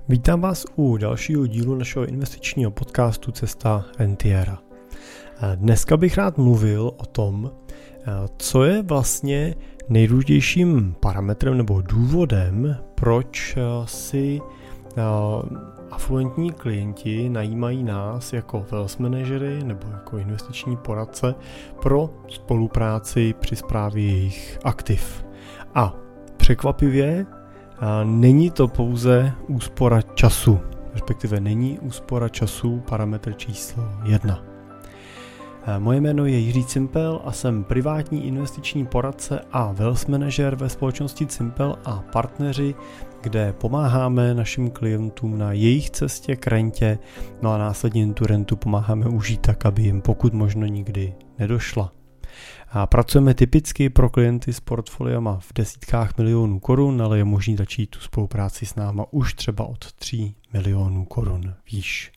Vítám vás u dalšího dílu našeho investičního podcastu Cesta rentiéra. Dneska bych rád mluvil o tom, co je vlastně nejdůležitějším parametrem nebo důvodem, proč si afluentní klienti najímají nás jako wealth manažery nebo jako investiční poradce pro spolupráci při správě jejich aktiv. A překvapivě není to pouze úspora času, respektive není úspora času parametr číslo 1. Moje jméno je Jiří Cimpel a jsem privátní investiční poradce a wealth manager ve společnosti Cimpel a partneři, kde pomáháme našim klientům na jejich cestě k rentě, no a následně jim tu rentu pomáháme užít tak, aby jim pokud možno nikdy nedošla. A pracujeme typicky pro klienty s portfoliama v desítkách milionů korun, ale je možné začít tu spolupráci s náma už třeba od 3 milionů korun výš.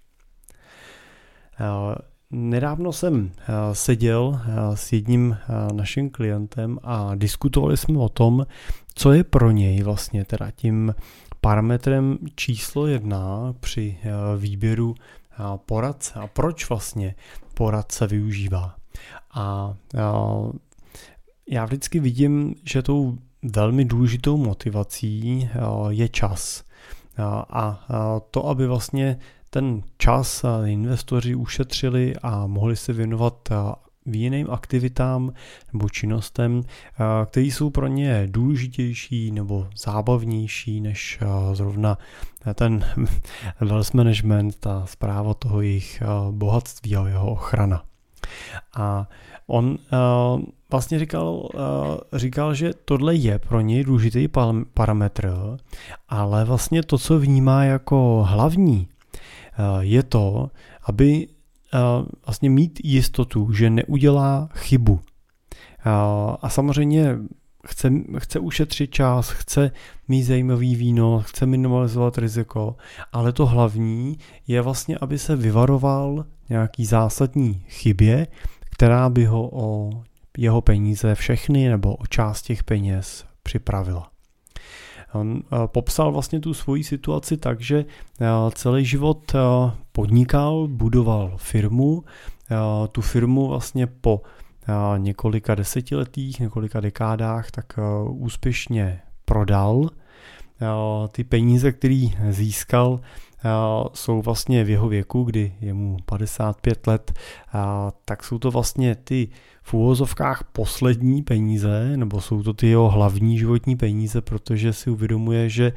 Nedávno jsem seděl s jedním naším klientem a diskutovali jsme o tom, co je pro něj vlastně teda tím parametrem číslo 1 při výběru poradce a proč vlastně poradce využívá. A já vždycky vidím, že tou velmi důležitou motivací je čas. A to, aby vlastně ten čas investoři ušetřili a mohli se věnovat jiným aktivitám nebo činnostem, které jsou pro ně důležitější nebo zábavnější než zrovna ten wealth management, ta správa toho jejich bohatství a jeho ochrana. A on vlastně říkal, že tohle je pro něj důležitý parametr, ale vlastně to, co vnímá jako hlavní, je to, aby vlastně mít jistotu, že neudělá chybu. A samozřejmě chce ušetřit čas, chce mít zajímavý výnos, chce minimalizovat riziko, ale to hlavní je vlastně, aby se vyvaroval nějaký zásadní chybě, která by ho o jeho peníze všechny nebo o část těch peněz připravila. On popsal vlastně tu svoji situaci tak, že celý život podnikal, budoval firmu, tu firmu vlastně po několika desetiletích, několika dekádách tak úspěšně prodal. Ty peníze, které získal, jsou vlastně v jeho věku, kdy je mu 55 let, tak jsou to vlastně ty v úvozovkách poslední peníze, nebo jsou to ty jeho hlavní životní peníze, protože si uvědomuje, že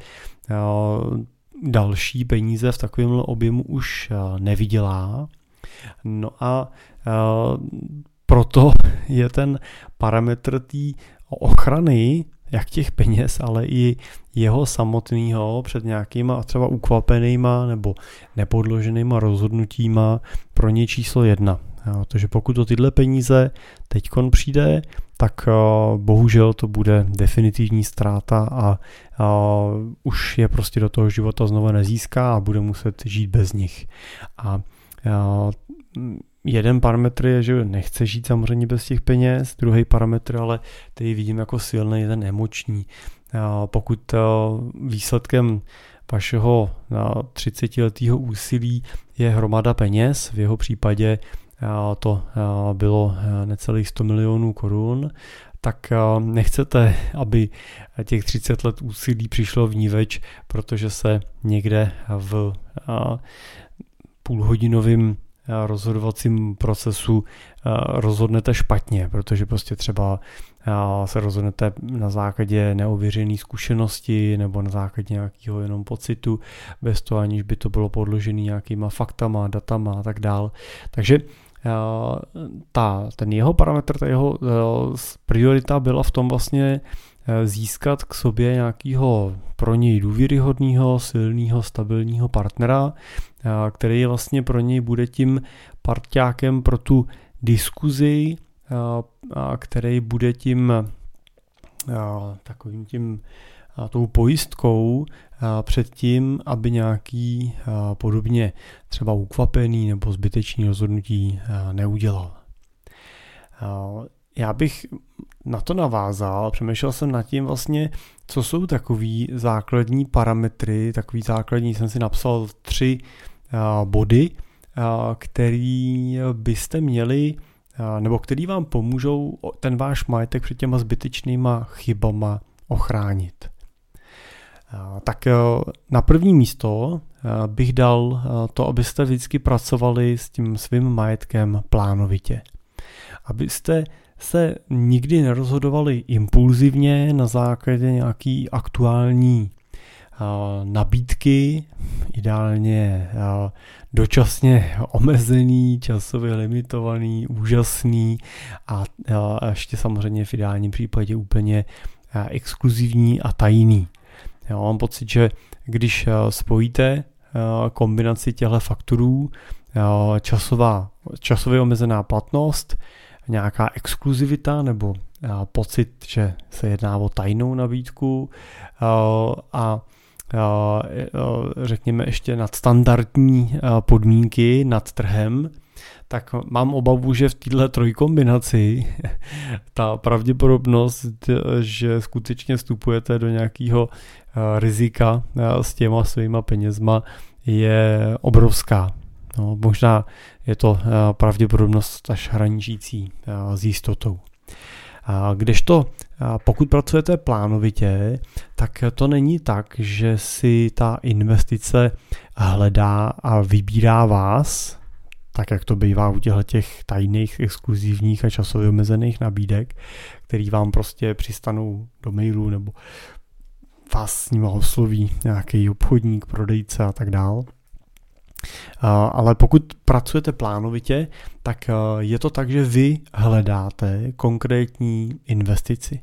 další peníze v takovémhle objemu už nevydělá. No a proto je ten parametr té ochrany jak těch peněz, ale i jeho samotného před nějakýma třeba ukvapenýma nebo nepodloženýma rozhodnutíma pro ně číslo 1. Protože pokud to tyhle peníze teďkon přijde, tak bohužel to bude definitivní ztráta a už je prostě do toho života znova nezíská a bude muset žít bez nich. A jeden parametr je, že nechce žít samozřejmě bez těch peněz, druhý parametr, ale který vidím jako silný, je ten emoční. Pokud výsledkem vašeho 30letého úsilí je hromada peněz, v jeho případě to bylo necelých 100 milionů korun, tak nechcete, aby těch 30 let úsilí přišlo vníveč, protože se někde v půlhodinovém rozhodovacím procesu rozhodnete špatně, protože prostě třeba se rozhodnete na základě neověřené zkušenosti nebo na základě nějakého jenom pocitu, bez toho aniž by to bylo podložené nějakýma faktama, datama a tak dál. Takže ten jeho parametr, ta jeho priorita byla v tom vlastně získat k sobě nějakého pro něj důvěryhodného, silného, stabilního partnera, který vlastně pro něj bude tím parťákem pro tu diskuzi, který bude tím takovým tím tou pojistkou před tím, aby nějaký podobně třeba ukvapený nebo zbytečný rozhodnutí neudělal. Já bych na to navázal, přemýšlel jsem nad tím vlastně, co jsou takový základní parametry, jsem si napsal 3 body, který byste měli, nebo který vám pomůžou ten váš majetek před těma zbytečnýma chybama ochránit. Tak na první místo bych dal to, abyste vždycky pracovali s tím svým majetkem plánovitě. Abyste se nikdy nerozhodovali impulzivně na základě nějaký aktuální nabídky, ideálně dočasně omezený, časově limitovaný, úžasný a ještě samozřejmě v ideálním případě úplně exkluzivní a tajný. Já mám pocit, že když spojíte kombinaci těchto faktorů, časově omezená platnost, nějaká exkluzivita nebo pocit, že se jedná o tajnou nabídku a řekněme ještě nadstandardní podmínky nad trhem, tak mám obavu, že v této trojkombinaci ta pravděpodobnost, že skutečně vstupujete do nějakého rizika s těma svýma penězma, je obrovská. No, možná je to pravděpodobnost až hraničící s jistotou. Kdežto pokud pracujete plánovitě, tak to není tak, že si ta investice hledá a vybírá vás, tak jak to bývá u těch tajných, exkluzivních a časově omezených nabídek, který vám prostě přistanou do mailu nebo vás s nimi osloví nějaký obchodník, prodejce a tak dál. Ale pokud pracujete plánovitě, tak je to tak, že vy hledáte konkrétní investici.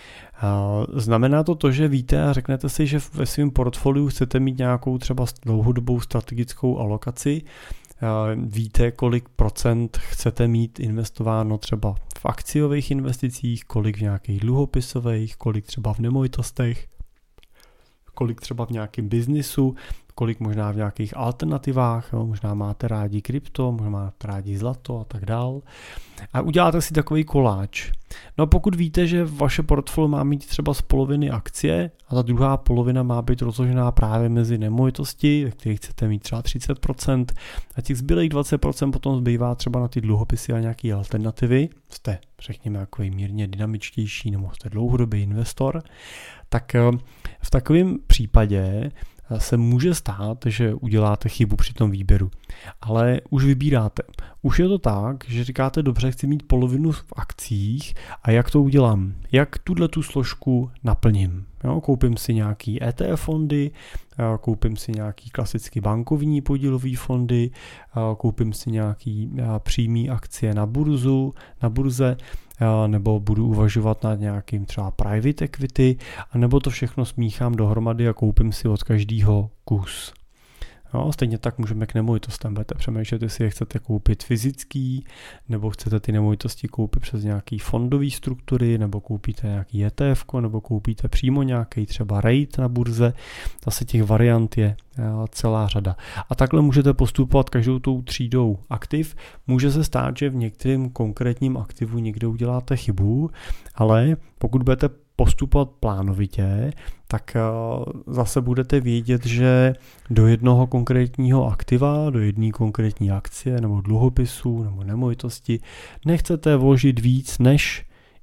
Znamená to, že víte a řeknete si, že ve svém portfoliu chcete mít nějakou třeba dlouhodobou strategickou alokaci, víte, kolik procent chcete mít investováno třeba v akciových investicích, kolik v nějakých dluhopisových, kolik třeba v nemovitostech, kolik třeba v nějakém biznisu, kolik možná v nějakých alternativách, jo, možná máte rádi krypto, možná máte rádi zlato a tak dál. A uděláte si takový koláč. No a pokud víte, že vaše portfolio má mít třeba z poloviny akcie a ta druhá polovina má být rozložená právě mezi nemovitosti, ve kterých chcete mít třeba 30% a těch zbylých 20% potom zbývá třeba na ty dluhopisy a nějaké alternativy, jste řekněme takový mírně dynamičtější nebo jste dlouhodobý investor, tak v takovém případě se může stát, že uděláte chybu při tom výběru. Ale už vybíráte. Už je to tak, že říkáte, dobře, chci mít polovinu v akcích a jak to udělám? Jak tu složku naplním? Jo, koupím si nějaký ETF fondy, koupím si nějaký klasický bankovní podílový fondy, koupím si nějaký přímý akcie na burze, nebo budu uvažovat nad nějakým třeba private equity, anebo to všechno smíchám dohromady a koupím si od každého kus. No, stejně tak můžeme k nemovitostem. Budete přemýšlet, jestli je chcete koupit fyzický, nebo chcete ty nemovitosti koupit přes nějaký fondový struktury, nebo koupíte nějaký ETF, nebo koupíte přímo nějaký třeba REIT na burze. Zase těch variant je celá řada. A takhle můžete postupovat každou tou třídou aktiv. Může se stát, že v některém konkrétním aktivu někde uděláte chybu, ale pokud budete postupovat plánovitě, tak zase budete vědět, že do jednoho konkrétního aktiva, do jedné konkrétní akcie nebo dluhopisu nebo nemovitosti nechcete vložit víc než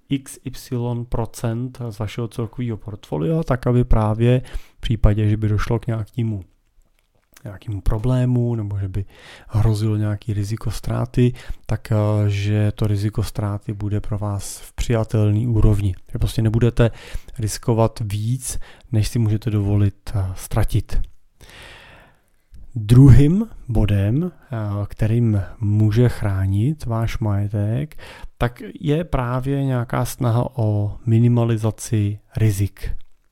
XY% z vašeho celkového portfolia, tak aby právě v případě, že by došlo k nějakému problému nebo že by hrozilo nějaký riziko ztráty, tak že to riziko ztráty bude pro vás v přijatelné úrovni. Že prostě nebudete riskovat víc, než si můžete dovolit ztratit. Druhým bodem, kterým může chránit váš majetek, tak je právě nějaká snaha o minimalizaci rizik.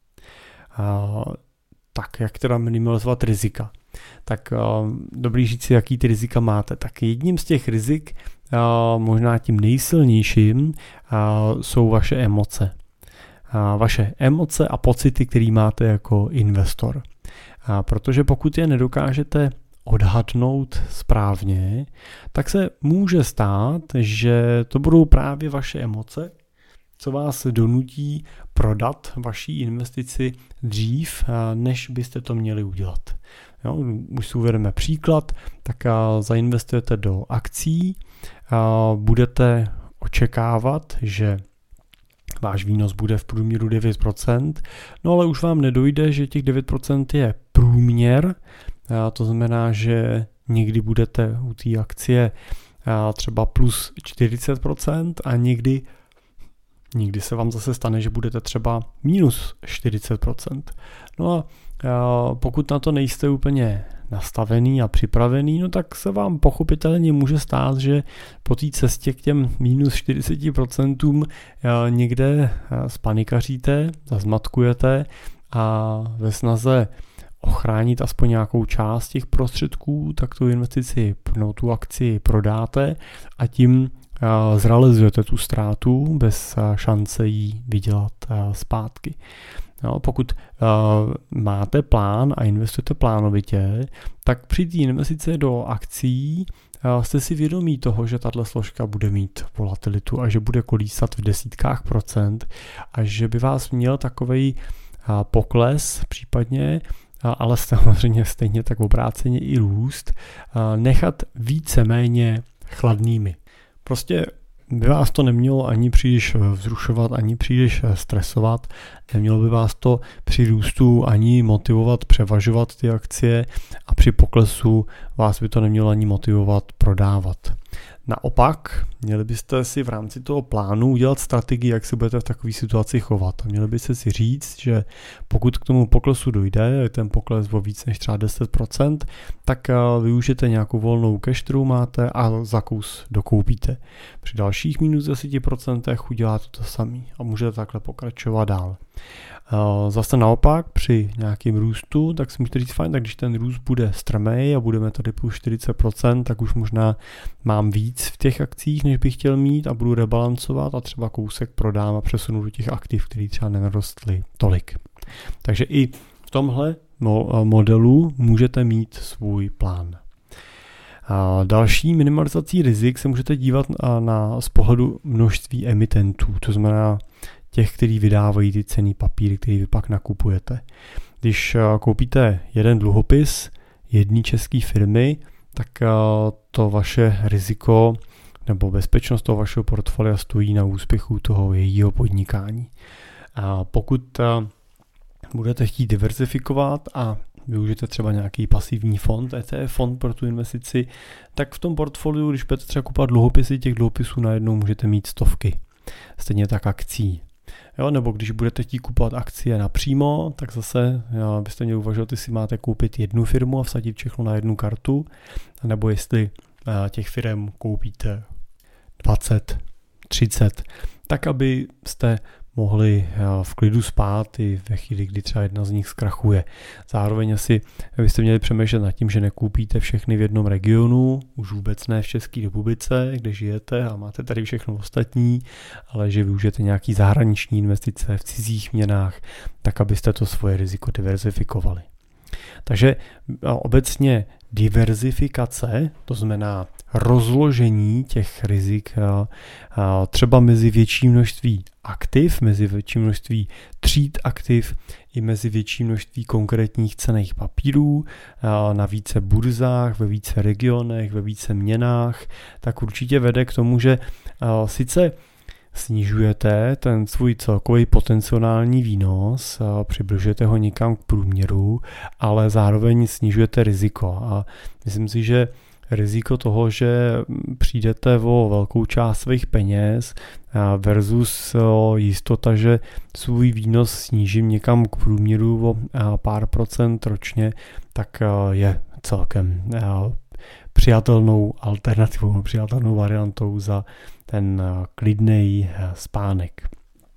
Tak jak teda minimalizovat rizika? Tak dobrý říct si, jaký ty rizika máte. Tak jedním z těch rizik, možná tím nejsilnějším, jsou vaše emoce. Vaše emoce a pocity, které máte jako investor. Protože pokud je nedokážete odhadnout správně, tak se může stát, že to budou právě vaše emoce, co vás donutí prodat vaší investici dřív, než byste to měli udělat. Jo, už si uvedeme příklad, tak zainvestujete do akcí, budete očekávat, že váš výnos bude v průměru 9%, no ale už vám nedojde, že těch 9% je průměr, to znamená, že někdy budete u té akcie třeba plus 40% a někdy se vám zase stane, že budete třeba minus 40%. No a pokud na to nejste úplně nastavený a připravený, no tak se vám pochopitelně může stát, že po té cestě k těm minus 40% někde spanikaříte, zazmatkujete a ve snaze ochránit aspoň nějakou část těch prostředků, tak tu investici, tu akci prodáte a tím zrealizujete tu ztrátu bez šance ji vydělat zpátky. No, pokud máte plán a investujete plánovitě, tak při té investici do akcí jste si vědomí toho, že tato složka bude mít volatilitu a že bude kolísat v desítkách procent a že by vás měl takovej pokles případně, ale samozřejmě stejně tak obráceně i růst, nechat víceméně chladnými. Prostě by vás to nemělo ani příliš vzrušovat, ani příliš stresovat, nemělo by vás to při růstu ani motivovat převažovat ty akcie a při poklesu vás by to nemělo ani motivovat prodávat. Naopak, měli byste si v rámci toho plánu udělat strategii, jak se budete v takové situaci chovat. A měli byste si říct, že pokud k tomu poklesu dojde, je ten pokles o víc než třeba 10%, tak využijete nějakou volnou cash, kterou máte a za kus dokoupíte. Při dalších minus 10% uděláte to samý a můžete takhle pokračovat dál. Zase naopak při nějakém růstu, tak si můžete říct fajn, tak když ten růst bude strmej a budeme tady plus 40%, tak už možná mám víc v těch akcích, než bych chtěl mít a budu rebalancovat a třeba kousek prodám a přesunu do těch aktiv, které třeba nenarostly tolik. Takže i v tomhle modelu můžete mít svůj plán. Další minimalizací rizik se můžete dívat z pohledu množství emitentů, to znamená těch, kteří vydávají ty cenný papíry, který vy pak nakupujete. Když koupíte jeden dluhopis jedné české firmy, tak to vaše riziko nebo bezpečnost toho vašeho portfolia stojí na úspěchu toho jejího podnikání. A pokud budete chtít diversifikovat a využijete třeba nějaký pasivní fond, ETF fond pro tu investici, tak v tom portfoliu, když budete třeba kupovat dluhopisy, těch dluhopisů najednou můžete mít stovky. Stejně tak akcí. Jo, nebo když budete chtít kupovat akcie napřímo, tak zase byste měli uvažovat, jestli máte koupit jednu firmu a vsadit všechno na jednu kartu, nebo jestli těch firm koupíte 20, 30, tak abyste mohli v klidu spát i ve chvíli, kdy třeba jedna z nich zkrachuje. Zároveň asi byste měli přemýšlet nad tím, že nekoupíte všechny v jednom regionu, už vůbec ne v České republice, kde žijete a máte tady všechno ostatní, ale že využijete nějaký zahraniční investice v cizích měnách, tak abyste to svoje riziko diverzifikovali. Takže obecně diverzifikace, to znamená rozložení těch rizik třeba mezi větší množství aktiv, mezi větší množství tříd aktiv i mezi větší množství konkrétních cenných papírů na více burzách, ve více regionech, ve více měnách, tak určitě vede k tomu, že sice snižujete ten svůj celkový potenciální výnos, přibližujete ho někam k průměru, ale zároveň snižujete riziko. A myslím si, že riziko toho, že přijdete o velkou část svých peněz versus jistota, že svůj výnos snížím někam k průměru o pár procent ročně, tak je celkem přijatelnou alternativou, přijatelnou variantou za ten klidný spánek.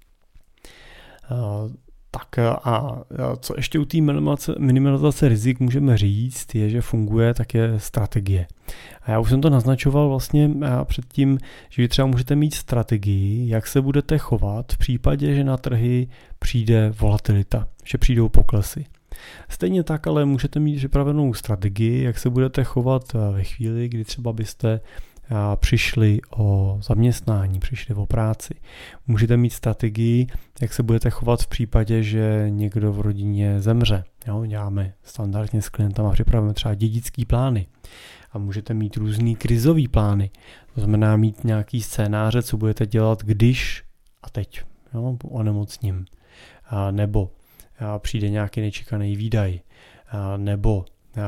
Tak a co ještě u té minimalizace rizik můžeme říct, je, že funguje také strategie. A já už jsem to naznačoval vlastně předtím, že vy třeba můžete mít strategii, jak se budete chovat v případě, že na trhy přijde volatilita, že přijdou poklesy. Stejně tak ale můžete mít připravenou strategii, jak se budete chovat ve chvíli, kdy třeba byste přišli o zaměstnání, přišli o práci. Můžete mít strategii, jak se budete chovat v případě, že někdo v rodině zemře. Jo, děláme standardně s klientama, připravujeme třeba dědický plány. A můžete mít různý krizový plány. To znamená mít nějaký scénáře, co budete dělat, když a teď onemocním. Nebo přijde nějaký nečekaný výdaj. Nebo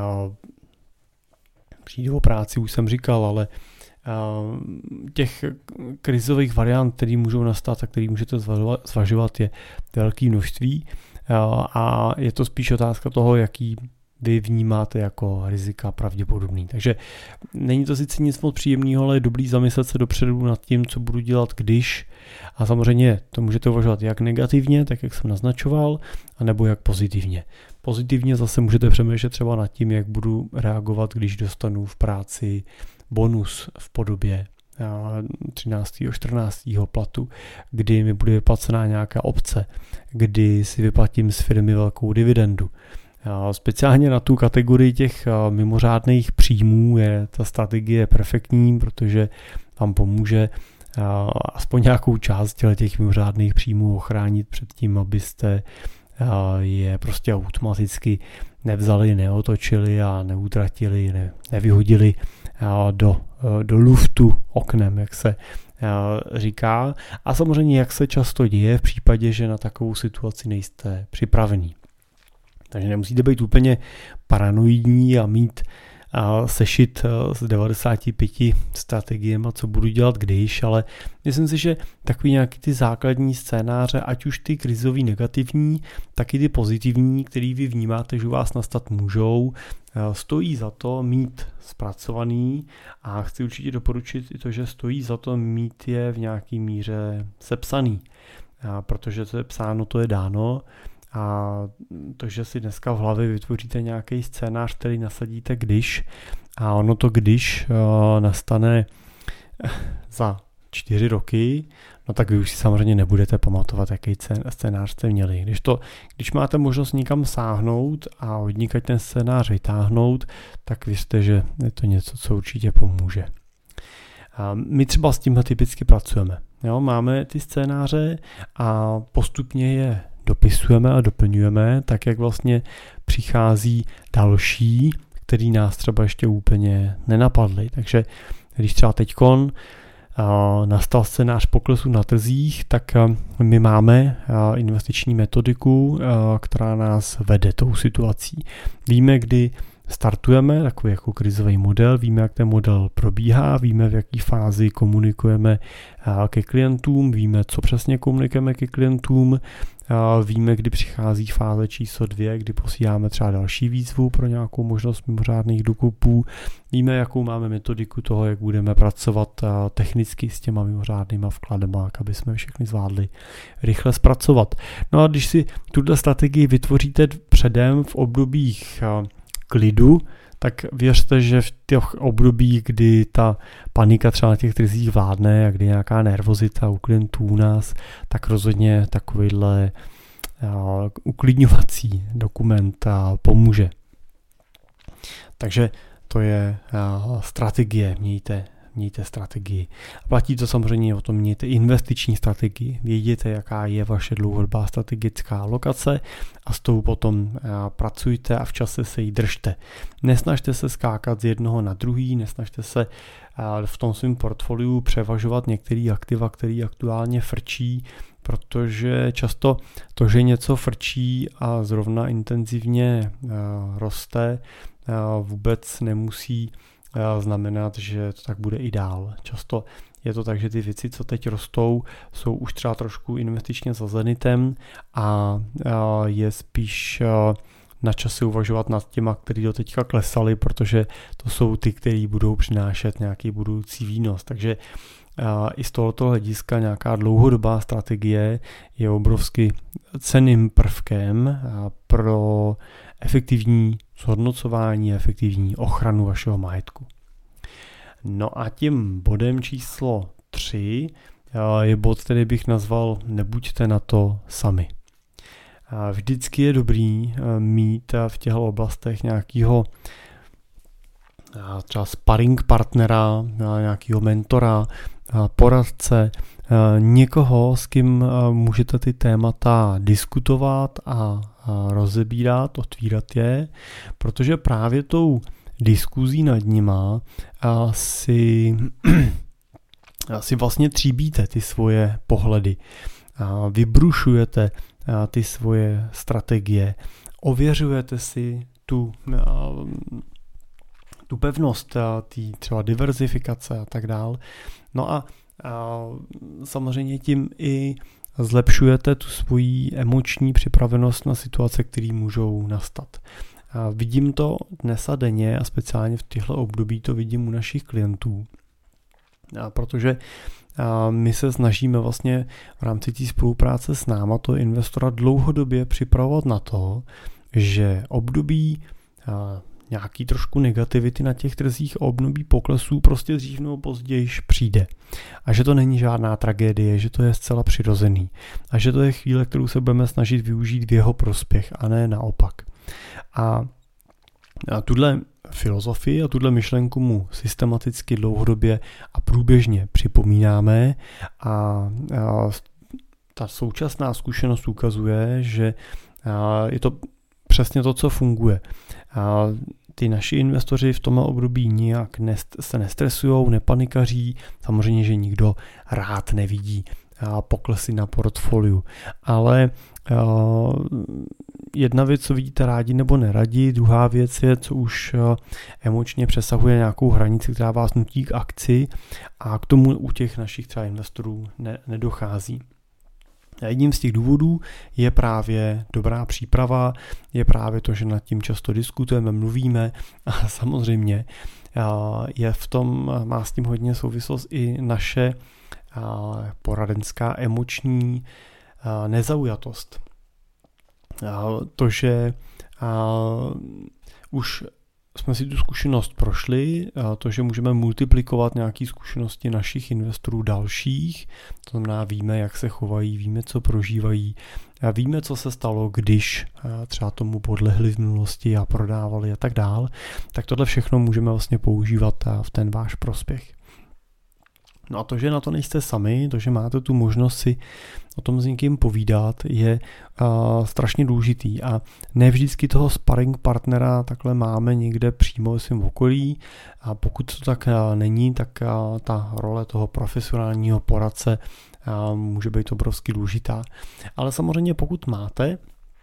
přijde o práci, už jsem říkal, ale těch krizových variant, které můžou nastat a které můžete zvažovat, je velké množství a je to spíš otázka toho, jaký vy vnímáte jako rizika pravděpodobný. Takže není to sice nic moc příjemného, ale je dobrý zamyslet se dopředu nad tím, co budu dělat když. A samozřejmě to můžete uvažovat jak negativně, tak jak jsem naznačoval, anebo jak pozitivně. Pozitivně zase můžete přemýšlet třeba nad tím, jak budu reagovat, když dostanu v práci bonus v podobě 13. 14. platu, kdy mi bude vyplacená nějaká opce, kdy si vyplatím z firmy velkou dividendu. Speciálně na tu kategorii těch mimořádných příjmů je ta strategie perfektní, protože vám pomůže aspoň nějakou část těch mimořádných příjmů ochránit před tím, abyste je prostě automaticky nevzali, neotočili a neutratili, nevyhodili do luftu oknem, jak se říká. A samozřejmě, jak se často děje v případě, že na takovou situaci nejste připravený. Takže nemusíte být úplně paranoidní a mít sešit z 95 strategiemi, co budu dělat když, ale myslím si, že takový nějaký ty základní scénáře, ať už ty krizový negativní, tak i ty pozitivní, který vy vnímáte, že u vás nastat můžou, stojí za to mít zpracovaný a chci určitě doporučit i to, že stojí za to mít je v nějaký míře sepsaný, protože to je psáno, to je dáno. A to, že si dneska v hlavě vytvoříte nějaký scénář, který nasadíte když, a ono to když nastane za 4 roky, no tak vy už si samozřejmě nebudete pamatovat, jaký scénář jste měli. Když máte možnost někam sáhnout a odnikat ten scénář vytáhnout, tak věřte, že je to něco, co určitě pomůže. My třeba s tímhle typicky pracujeme. Jo, máme ty scénáře a postupně je dopisujeme a doplňujeme, tak jak vlastně přichází další, který nás třeba ještě úplně nenapadly. Takže když třeba teďkon nastal scénář poklesu na trzích, tak my máme investiční metodiku, která nás vede tou situací. Víme, kdy startujeme, takový jako krizový model, víme, jak ten model probíhá, víme, v jaký fázi komunikujeme ke klientům, víme, co přesně komunikujeme ke klientům, víme, kdy přichází fáze číslo 2, kdy posíláme třeba další výzvu pro nějakou možnost mimořádných dokupů, víme, jakou máme metodiku toho, jak budeme pracovat technicky s těma mimořádnýma vkladama, aby jsme všechny zvládli rychle zpracovat. No a když si tuto strategii vytvoříte předem v obdobích klidu, tak věřte, že v těch období, kdy ta panika třeba na těch trzích vládne a kdy je nějaká nervozita u klientů u nás, tak rozhodně takovýhle uklidňovací dokument pomůže. Takže to je strategie, mějte strategii. A platí to samozřejmě o tom, mějte investiční strategii. Věděte, jaká je vaše dlouhodobá strategická alokace a s tou potom pracujte a v čase se jí držte. Nesnažte se skákat z jednoho na druhý, nesnažte se v tom svém portfoliu převažovat některé aktiva, které aktuálně frčí, protože často to, že něco frčí a zrovna intenzivně roste, vůbec nemusí znamenat, že to tak bude i dál. Často je to tak, že ty věci, co teď rostou, jsou už třeba trošku investičně za zenitem a je spíš na čase uvažovat nad těma, který do teďka klesaly, protože to jsou ty, který budou přinášet nějaký budoucí výnos. Takže i z tohoto hlediska nějaká dlouhodobá strategie je obrovsky cenným prvkem pro efektivní zhodnocování, efektivní ochranu vašeho majetku. No a tím bodem číslo 3 je bod, který bych nazval nebuďte na to sami. Vždycky je dobrý mít v těchto oblastech nějakého třeba sparring partnera, nějakého mentora, poradce, někoho, s kým můžete ty témata diskutovat a rozebírat, otvírat je, protože právě tou diskuzí nad nima si vlastně tříbíte ty svoje pohledy, vybrušujete ty svoje strategie, ověřujete si tu pevnost, tý třeba diverzifikace a tak dál. No a samozřejmě tím i zlepšujete tu svoji emoční připravenost na situace, které můžou nastat. Vidím to dnes a denně a speciálně v těchto období to vidím u našich klientů, protože my se snažíme vlastně v rámci té spolupráce s náma to investora dlouhodobě připravovat na to, že období nějaký trošku negativity na těch trzích, období poklesů prostě dřív nebo později přijde. A že to není žádná tragédie, že to je zcela přirozený. A že to je chvíle, kterou se budeme snažit využít v jeho prospěch a ne naopak. A tuhle filozofii a tuhle myšlenku mu systematicky dlouhodobě a průběžně připomínáme a ta současná zkušenost ukazuje, že je to přesně to, co funguje. Ty naši investoři v tomhle období nijak se nestresujou, nepanikaří, samozřejmě, že nikdo rád nevidí poklesy na portfoliu, ale jedna věc, co vidíte rádi nebo neradi, druhá věc je, co už emočně přesahuje nějakou hranici, která vás nutí k akci a k tomu u těch našich třeba investorů nedochází. A jedním z těch důvodů je právě dobrá příprava, je právě to, že nad tím často diskutujeme, mluvíme a samozřejmě je v tom, má s tím hodně souvislost i naše poradenská emoční nezaujatost. To, že už jsme si tu zkušenost prošli, to, že můžeme multiplikovat nějaké zkušenosti našich investorů dalších, to znamená víme, jak se chovají, víme, co prožívají, víme, co se stalo, když třeba tomu podlehli v minulosti a prodávali a tak dál, tak tohle všechno můžeme vlastně používat v ten váš prospěch. No a to, že na to nejste sami, to, že máte tu možnost si o tom s někým povídat, je strašně důležitý a ne vždycky toho sparring partnera takhle máme někde přímo ve svém okolí a pokud to tak není, tak ta role toho profesionálního poradce může být obrovsky důležitá. Ale samozřejmě pokud máte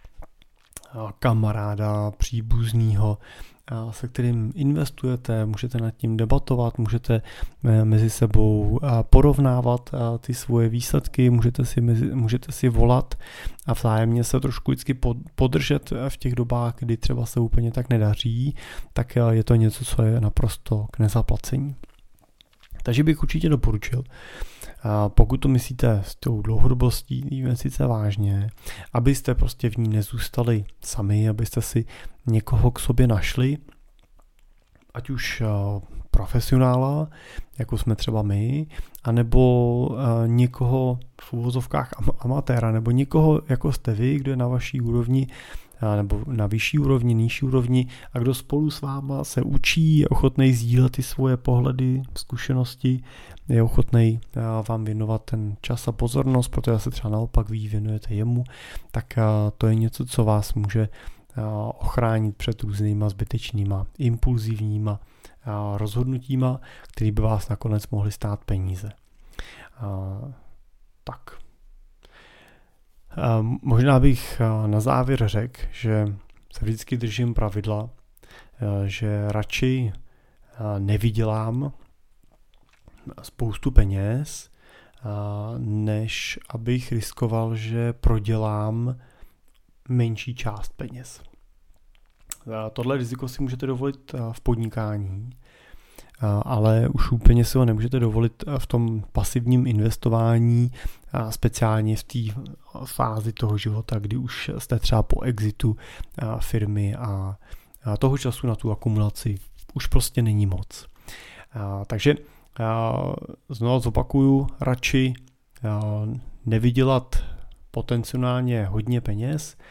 kamaráda, příbuznýho, se kterým investujete, můžete nad tím debatovat, můžete mezi sebou porovnávat ty svoje výsledky, můžete si volat a vzájemně se trošku vždycky podržet v těch dobách, kdy třeba se úplně tak nedaří, tak je to něco, co je naprosto k nezaplacení. Takže bych určitě doporučil, pokud to myslíte s tou dlouhodobostí investice vážně, abyste prostě v ní nezůstali sami, abyste si někoho k sobě našli, ať už profesionála, jako jsme třeba my, anebo někoho v uvozovkách amatéra, nebo někoho, jako jste vy, kdo je na vaší úrovni, nebo na vyšší úrovni, nižší úrovni a kdo spolu s váma se učí, je ochotný sdílet ty svoje pohledy, zkušenosti, je ochotný vám věnovat ten čas a pozornost, protože se třeba naopak vy věnujete jemu, tak to je něco, co vás může ochránit před různýma zbytečnýma, impulzivníma rozhodnutíma, které by vás nakonec mohly stát peníze. Tak. Možná bych na závěr řekl, že se vždycky držím pravidla, že radši nevydělám spoustu peněz, než abych riskoval, že prodělám menší část peněz. Tohle riziko si můžete dovolit v podnikání, ale už úplně si ho nemůžete dovolit v tom pasivním investování, speciálně v té fázi toho života, kdy už jste třeba po exitu firmy a toho času na tu akumulaci už prostě není moc. Takže znovu zopakuju, radši nevydělat potenciálně hodně peněz,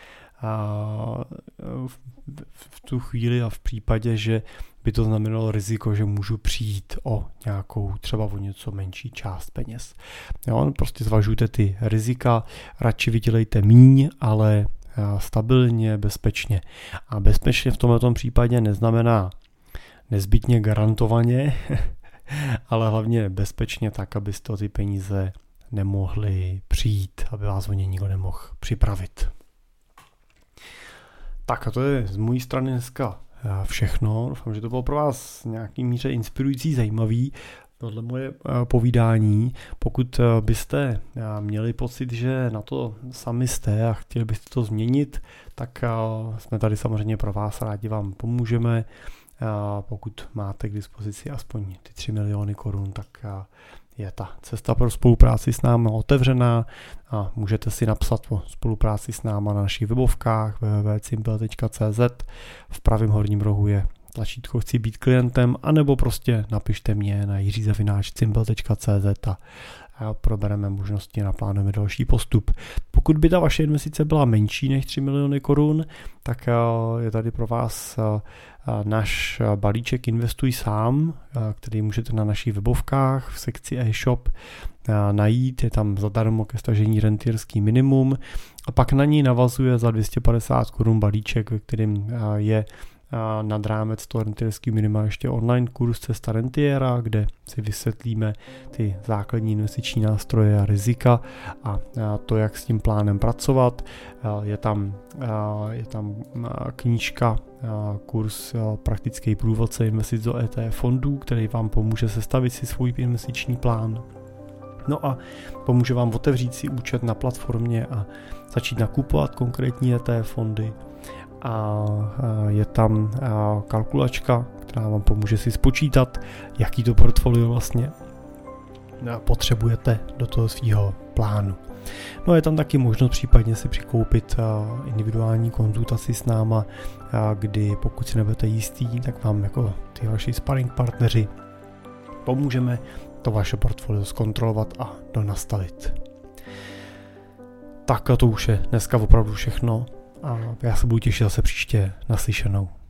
v tu chvíli a v případě, že by to znamenalo riziko, že můžu přijít o nějakou, třeba o něco menší část peněz. Jo, prostě zvažujte ty rizika, radši vydělejte míň, ale stabilně, bezpečně. A bezpečně v tomto případě neznamená nezbytně garantovaně, ale hlavně bezpečně tak, abyste o ty peníze nemohli přijít, aby vás o ně nikdo nemohl připravit. Tak a to je z mojí strany dneska všechno. Doufám, že to bylo pro vás v nějaký míře inspirující, zajímavý. Tohle moje povídání. Pokud byste měli pocit, že na to sami jste a chtěli byste to změnit, tak jsme tady samozřejmě pro vás, rádi vám pomůžeme. Pokud máte k dispozici aspoň ty 3 miliony korun, tak je ta cesta pro spolupráci s námi otevřená a můžete si napsat o spolupráci s námi na našich webovkách www.cimbel.cz. V pravém horním rohu je tlačítko chci být klientem, anebo prostě napište mě na jiří@cimbel.cz a probereme možnosti, naplánujeme další postup. Pokud by ta vaše investice byla menší než 3 miliony korun, tak je tady pro vás náš balíček Investuj sám, který můžete na našich webovkách v sekci e-shop najít, je tam zadarmo ke stažení rentierský minimum a pak na ní navazuje za 250 korun balíček, ve kterým je nad rámec toho rentierského minima ještě online kurz Cesta rentiera, kde si vysvětlíme ty základní investiční nástroje a rizika a to, jak s tím plánem pracovat. Je tam knížka, kurz Praktický průvodce investic do ETF fondů, který vám pomůže sestavit si svůj investiční plán. No a pomůže vám otevřít si účet na platformě a začít nakupovat konkrétní ETF fondy. A je tam kalkulačka, která vám pomůže si spočítat, jaký to portfolio vlastně potřebujete do toho svého plánu. No je tam taky možnost případně si přikoupit individuální konzultaci s náma, kdy pokud si nebudete jistý, tak vám jako ty vaši sparring partneři pomůžeme to vaše portfolio zkontrolovat a donastavit. Tak a to už je dneska opravdu všechno. A já se budu těšit zase příště, naslyšenou.